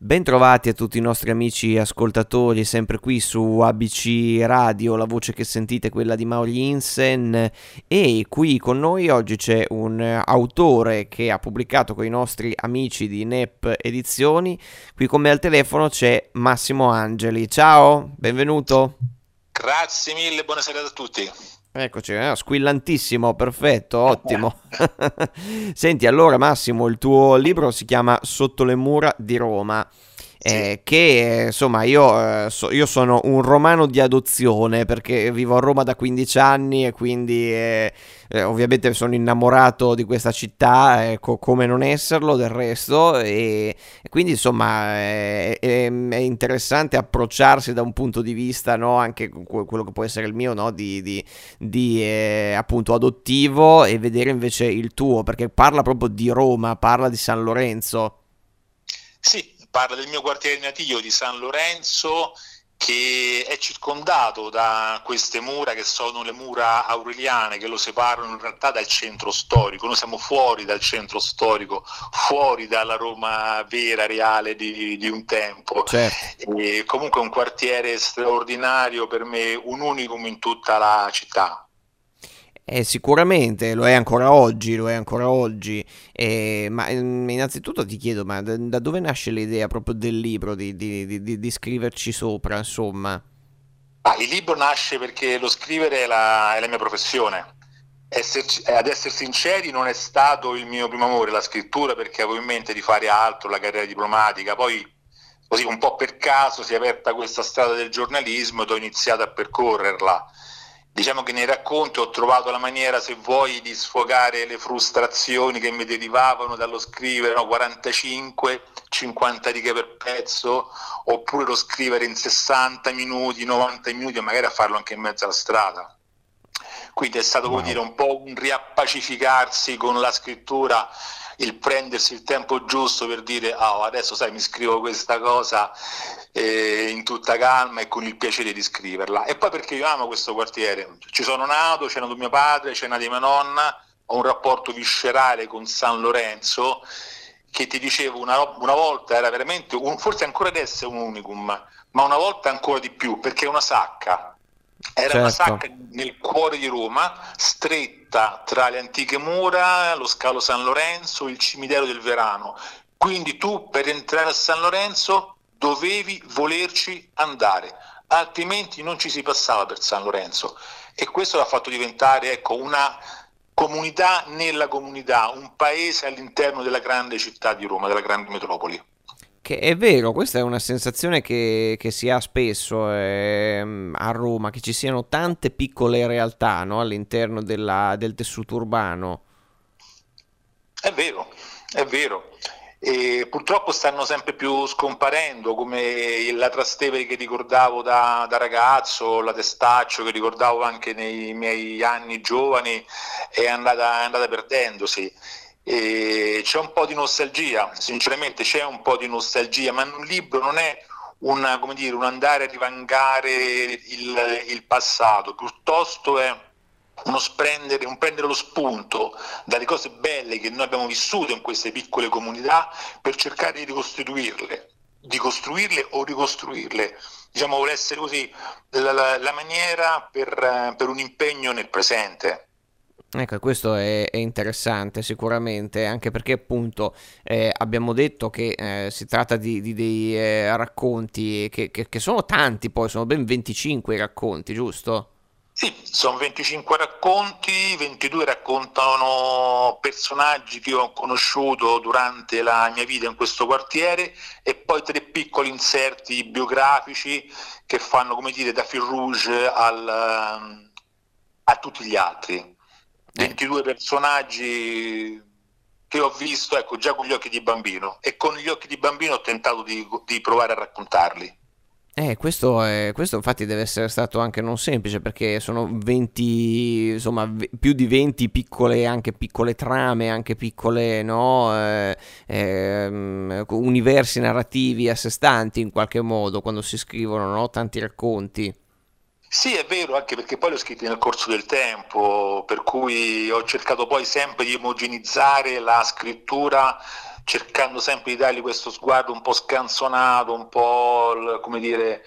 Bentrovati a tutti i nostri amici ascoltatori, sempre qui su ABC Radio, la voce che sentite è quella di Mauri Insen e qui con noi oggi c'è un autore che ha pubblicato con i nostri amici di NEP Edizioni. Qui con me al telefono c'è Massimo Angeli. Ciao, benvenuto. Grazie mille, buonasera a tutti. Eccoci, squillantissimo, perfetto, ottimo. Senti, allora Massimo, il tuo libro si chiama Sotto le mura di Roma, Sì, insomma io sono un romano di adozione perché vivo a Roma da 15 anni e quindi ovviamente sono innamorato di questa città, come non esserlo del resto e quindi insomma è interessante approcciarsi da un punto di vista, no, anche quello che può essere il mio, no, di appunto adottivo e vedere invece il tuo, perché parla proprio di Roma, parla di San Lorenzo. sì, parla del mio quartiere nativo di San Lorenzo che è circondato da queste mura che sono le mura aureliane che lo separano in realtà dal centro storico. Noi siamo fuori dal centro storico, fuori dalla Roma vera, reale di un tempo. Certo. E comunque è un quartiere straordinario per me, un unicum in tutta la città. Sicuramente lo è ancora oggi, lo è ancora oggi. Ma innanzitutto ti chiedo, ma da dove nasce l'idea proprio del libro, di scriverci sopra, insomma? Il libro nasce perché lo scrivere è la mia professione. Ad essere sinceri, non è stato il mio primo amore la scrittura perché avevo in mente di fare altro, la carriera diplomatica. Poi, così un po' per caso, si è aperta questa strada del giornalismo ed ho iniziato a percorrerla. Diciamo che nei racconti ho trovato la maniera, se vuoi, di sfogare le frustrazioni che mi derivavano dallo scrivere, no, 45-50 righe per pezzo, oppure lo scrivere in 60 minuti, 90 minuti e magari a farlo anche in mezzo alla strada. Quindi è stato, come dire, Wow. un po' un riappacificarsi con la scrittura, il prendersi il tempo giusto per dire adesso sai mi scrivo questa cosa in tutta calma e con il piacere di scriverla. E poi perché io amo questo quartiere, ci sono nato, c'è nato mio padre, c'è nata mia nonna, ho un rapporto viscerale con San Lorenzo che ti dicevo una volta era veramente, forse ancora adesso è un unicum, ma una volta ancora di più perché è una sacca. Era una Certo. sacca nel cuore di Roma, stretta tra le antiche mura, lo scalo San Lorenzo, il cimitero del Verano. Quindi tu per entrare a San Lorenzo dovevi volerci andare, altrimenti non ci si passava per San Lorenzo. E questo l'ha fatto diventare, ecco, una comunità nella comunità, un paese all'interno della grande città di Roma, della grande metropoli. Che è vero, questa è una sensazione che si ha spesso a Roma, che ci siano tante piccole realtà, no, all'interno del tessuto urbano. È vero, è vero. E purtroppo stanno sempre più scomparendo, come la Trastevere che ricordavo da ragazzo, la Testaccio che ricordavo anche nei miei anni giovani, è andata perdendosi. E c'è un po' di nostalgia, sinceramente c'è un po' di nostalgia, ma un libro non è come dire, un andare a rivangare il passato, piuttosto è un prendere lo spunto dalle cose belle che noi abbiamo vissuto in queste piccole comunità per cercare di costruirle o ricostruirle. Diciamo, vuole essere così la maniera per un impegno nel presente. Ecco, questo è interessante sicuramente, anche perché appunto abbiamo detto che si tratta di dei racconti che sono tanti, poi sono ben 25 i racconti, giusto? Sì, sono 25 racconti, 22 raccontano personaggi che io ho conosciuto durante la mia vita in questo quartiere e poi tre piccoli inserti biografici che fanno, come dire, da fil rouge a tutti gli altri. Eh, 22 personaggi che ho visto, ecco, già con gli occhi di bambino e con gli occhi di bambino ho tentato di provare a raccontarli. questo infatti deve essere stato anche non semplice perché sono 20, insomma, più di 20 piccole, anche piccole trame, anche piccole, no, universi narrativi a sé stanti in qualche modo quando si scrivono, no, tanti racconti. Sì, è vero, anche perché poi li ho scritti nel corso del tempo, per cui ho cercato poi sempre di omogenizzare la scrittura cercando sempre di dargli questo sguardo un po' scanzonato, un po', come dire,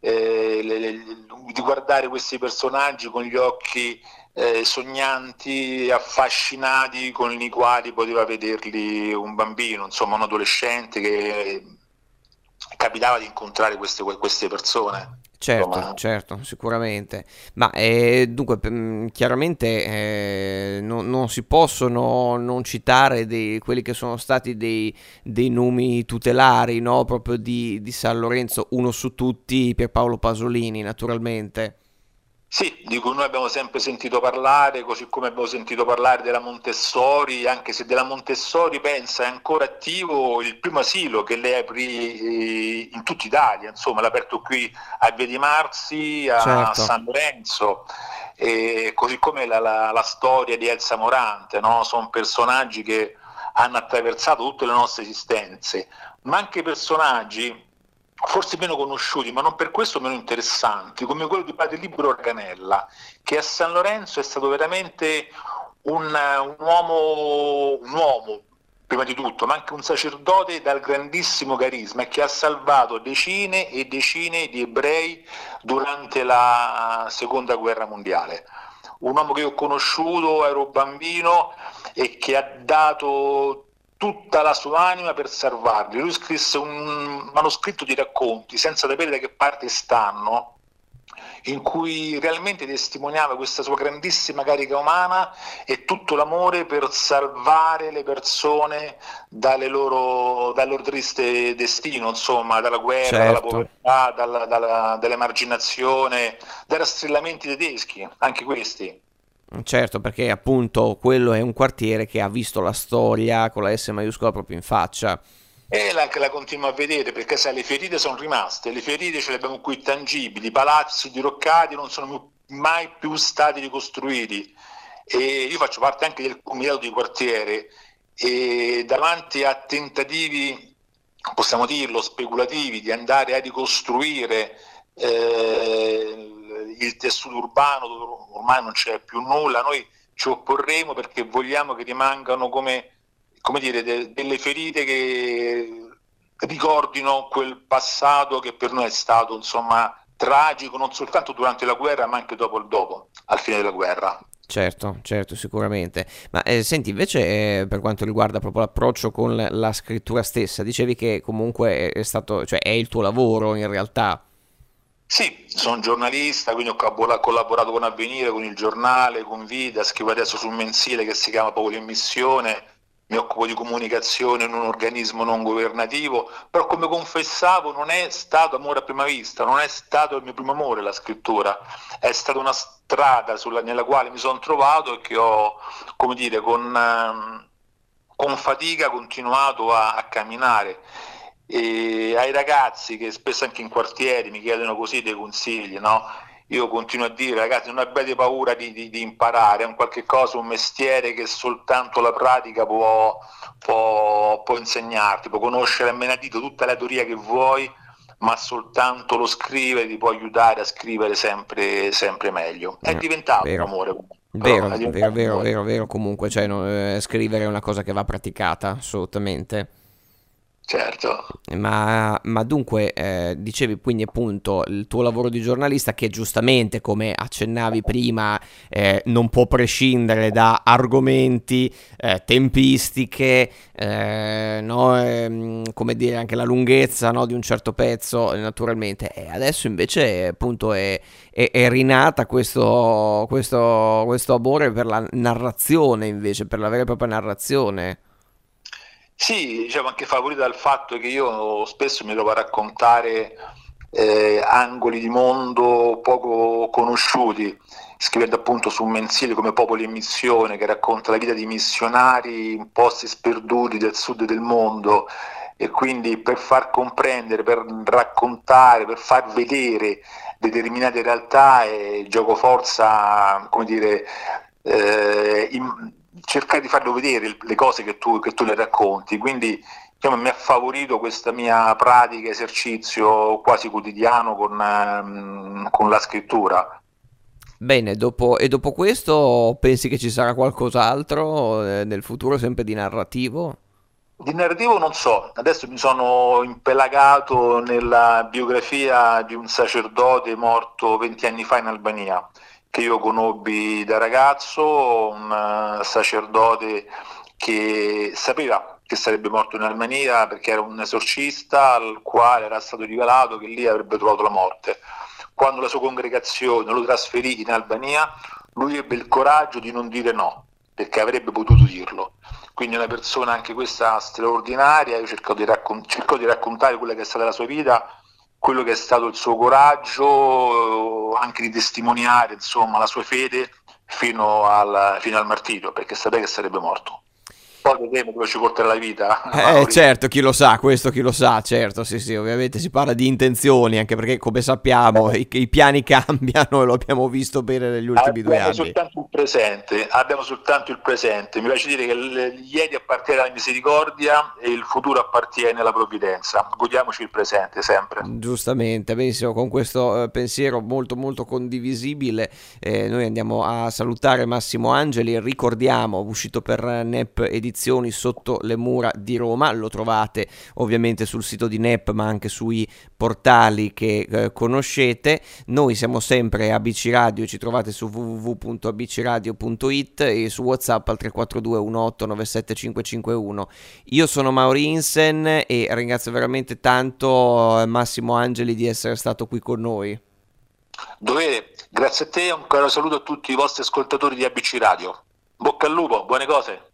di guardare questi personaggi con gli occhi sognanti, affascinati, con i quali poteva vederli un bambino, insomma un adolescente che capitava di incontrare queste persone. Certo, Insomma, certo, sicuramente. Ma dunque, chiaramente non si possono non citare quelli che sono stati dei nomi tutelari, no? Proprio di San Lorenzo, uno su tutti, Pierpaolo Pasolini, naturalmente. sì, di cui noi abbiamo sempre sentito parlare, così come abbiamo sentito parlare della Montessori, anche se della Montessori pensa è ancora attivo il primo asilo che lei aprì in tutta Italia, insomma l'ha aperto qui a Via di Marsi, a Certo, San Lorenzo, e così come la storia di Elsa Morante, no? Sono personaggi che hanno attraversato tutte le nostre esistenze, ma anche personaggi forse meno conosciuti, ma non per questo meno interessanti, come quello di Padre Libero Organella, che a San Lorenzo è stato veramente un uomo prima di tutto, ma anche un sacerdote dal grandissimo carisma e che ha salvato decine e decine di ebrei durante la seconda guerra mondiale. Un uomo che ho conosciuto, ero bambino e che ha dato tutta la sua anima per salvarli. Lui scrisse un manoscritto di racconti senza sapere da che parte stanno, in cui realmente testimoniava questa sua grandissima carica umana e tutto l'amore per salvare le persone dal loro triste destino, insomma, dalla guerra, dalla certo. povertà, dall'emarginazione, dai rastrellamenti tedeschi, anche questi. Certo, perché appunto quello è un quartiere che ha visto la storia con la S maiuscola proprio in faccia. E la continuo a vedere perché sai, le ferite sono rimaste, le ferite ce le abbiamo qui tangibili, i palazzi diroccati non sono mai più stati ricostruiti. E io faccio parte anche del comitato di quartiere e davanti a tentativi, possiamo dirlo, speculativi di andare a ricostruire il tessuto urbano dove ormai non c'è più nulla, noi ci opporremo perché vogliamo che rimangano come dire, delle ferite che ricordino quel passato che per noi è stato, insomma, tragico, non soltanto durante la guerra, ma anche dopo il dopo, al fine della guerra. Certo, certo, sicuramente. Ma senti, invece, per quanto riguarda proprio l'approccio con la scrittura stessa, dicevi che comunque è stato, cioè è il tuo lavoro in realtà. Sì, sono giornalista, quindi ho collaborato con Avvenire, con il giornale, con Vida, scrivo adesso sul mensile che si chiama Popolo in Missione, mi occupo di comunicazione in un organismo non governativo, però come confessavo non è stato amore a prima vista, non è stato il mio primo amore la scrittura, è stata una strada nella quale mi sono trovato e che ho, come dire, con fatica continuato a camminare. E ai ragazzi che spesso anche in quartieri mi chiedono così dei consigli, no? Io continuo a dire, ragazzi, non abbiate paura di imparare, è un qualche cosa, un mestiere che soltanto la pratica può insegnarti, può conoscere a menadito tutta la teoria che vuoi, ma soltanto lo scrivere ti può aiutare a scrivere sempre, sempre meglio. È diventato un Vero, amore, però è vero, vero, diventato un vero, amore. vero, vero, comunque, cioè, scrivere è una cosa che va praticata, assolutamente. Certo. Ma dunque, dicevi quindi appunto il tuo lavoro di giornalista che giustamente, come accennavi prima, non può prescindere da argomenti, tempistiche, no, come dire, anche la lunghezza, no, di un certo pezzo, naturalmente. E adesso invece appunto è rinata questo amore per la narrazione, invece, per la vera e propria narrazione. Sì, diciamo anche favorito dal fatto che io spesso mi trovo a raccontare angoli di mondo poco conosciuti, scrivendo appunto su un mensile come Popoli in Missione, che racconta la vita di missionari in posti sperduti del sud del mondo e quindi per far comprendere, per raccontare, per far vedere determinate realtà e il gioco forza, come dire, cercare di farlo vedere le cose che tu le racconti. Quindi diciamo, mi ha favorito questa mia pratica, esercizio quasi quotidiano con la scrittura. Bene, dopo questo pensi che ci sarà qualcos'altro nel futuro sempre di narrativo? Di narrativo non so, adesso mi sono impelagato nella biografia di un sacerdote morto 20 anni fa in Albania, che io conobbi da ragazzo, un sacerdote che sapeva che sarebbe morto in Albania perché era un esorcista al quale era stato rivelato che lì avrebbe trovato la morte. Quando la sua congregazione lo trasferì in Albania, lui ebbe il coraggio di non dire no, perché avrebbe potuto dirlo. Quindi una persona anche questa straordinaria, io cerco di raccontare quella che è stata la sua vita, quello che è stato il suo coraggio, anche di testimoniare insomma la sua fede fino al martirio, perché sapeva che sarebbe morto. Poi vedremo dove ci porterà la vita, Mauri. Certo, chi lo sa, questo chi lo sa, certo, sì, sì, ovviamente si parla di intenzioni, anche perché come sappiamo i piani cambiano e lo abbiamo visto bene negli ultimi 2 anni. Abbiamo soltanto il presente. Mi piace dire che gli ieri appartiene alla misericordia e il futuro appartiene alla provvidenza. Godiamoci il presente sempre. Giustamente, benissimo, con questo pensiero molto molto condivisibile noi andiamo a salutare Massimo Angeli, ricordiamo, uscito per NEP Edizioni Sotto le mura di Roma, lo trovate ovviamente sul sito di NEP ma anche sui portali che conoscete. Noi siamo sempre ABC Radio, ci trovate su www.abcradio.it e su WhatsApp al 342 1897 551. Io sono Mauri Insen e ringrazio veramente tanto Massimo Angeli di essere stato qui con noi. Dovere, grazie a te e un caro saluto a tutti i vostri ascoltatori di ABC Radio. Bocca al lupo, buone cose.